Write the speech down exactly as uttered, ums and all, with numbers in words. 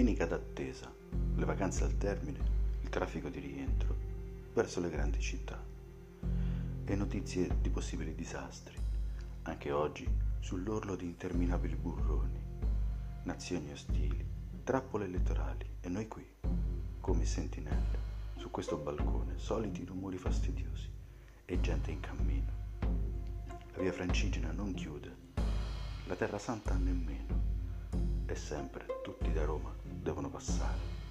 domenica d'attesa, le vacanze al termine, il traffico di rientro verso le grandi città e notizie di possibili disastri, anche oggi sull'orlo di interminabili burroni, nazioni ostili, trappole elettorali e noi qui, come sentinelle, su questo balcone, soliti rumori fastidiosi e gente in cammino. La via Francigena non chiude, la Terra Santa nemmeno, e sempre tutti da Roma devono passare.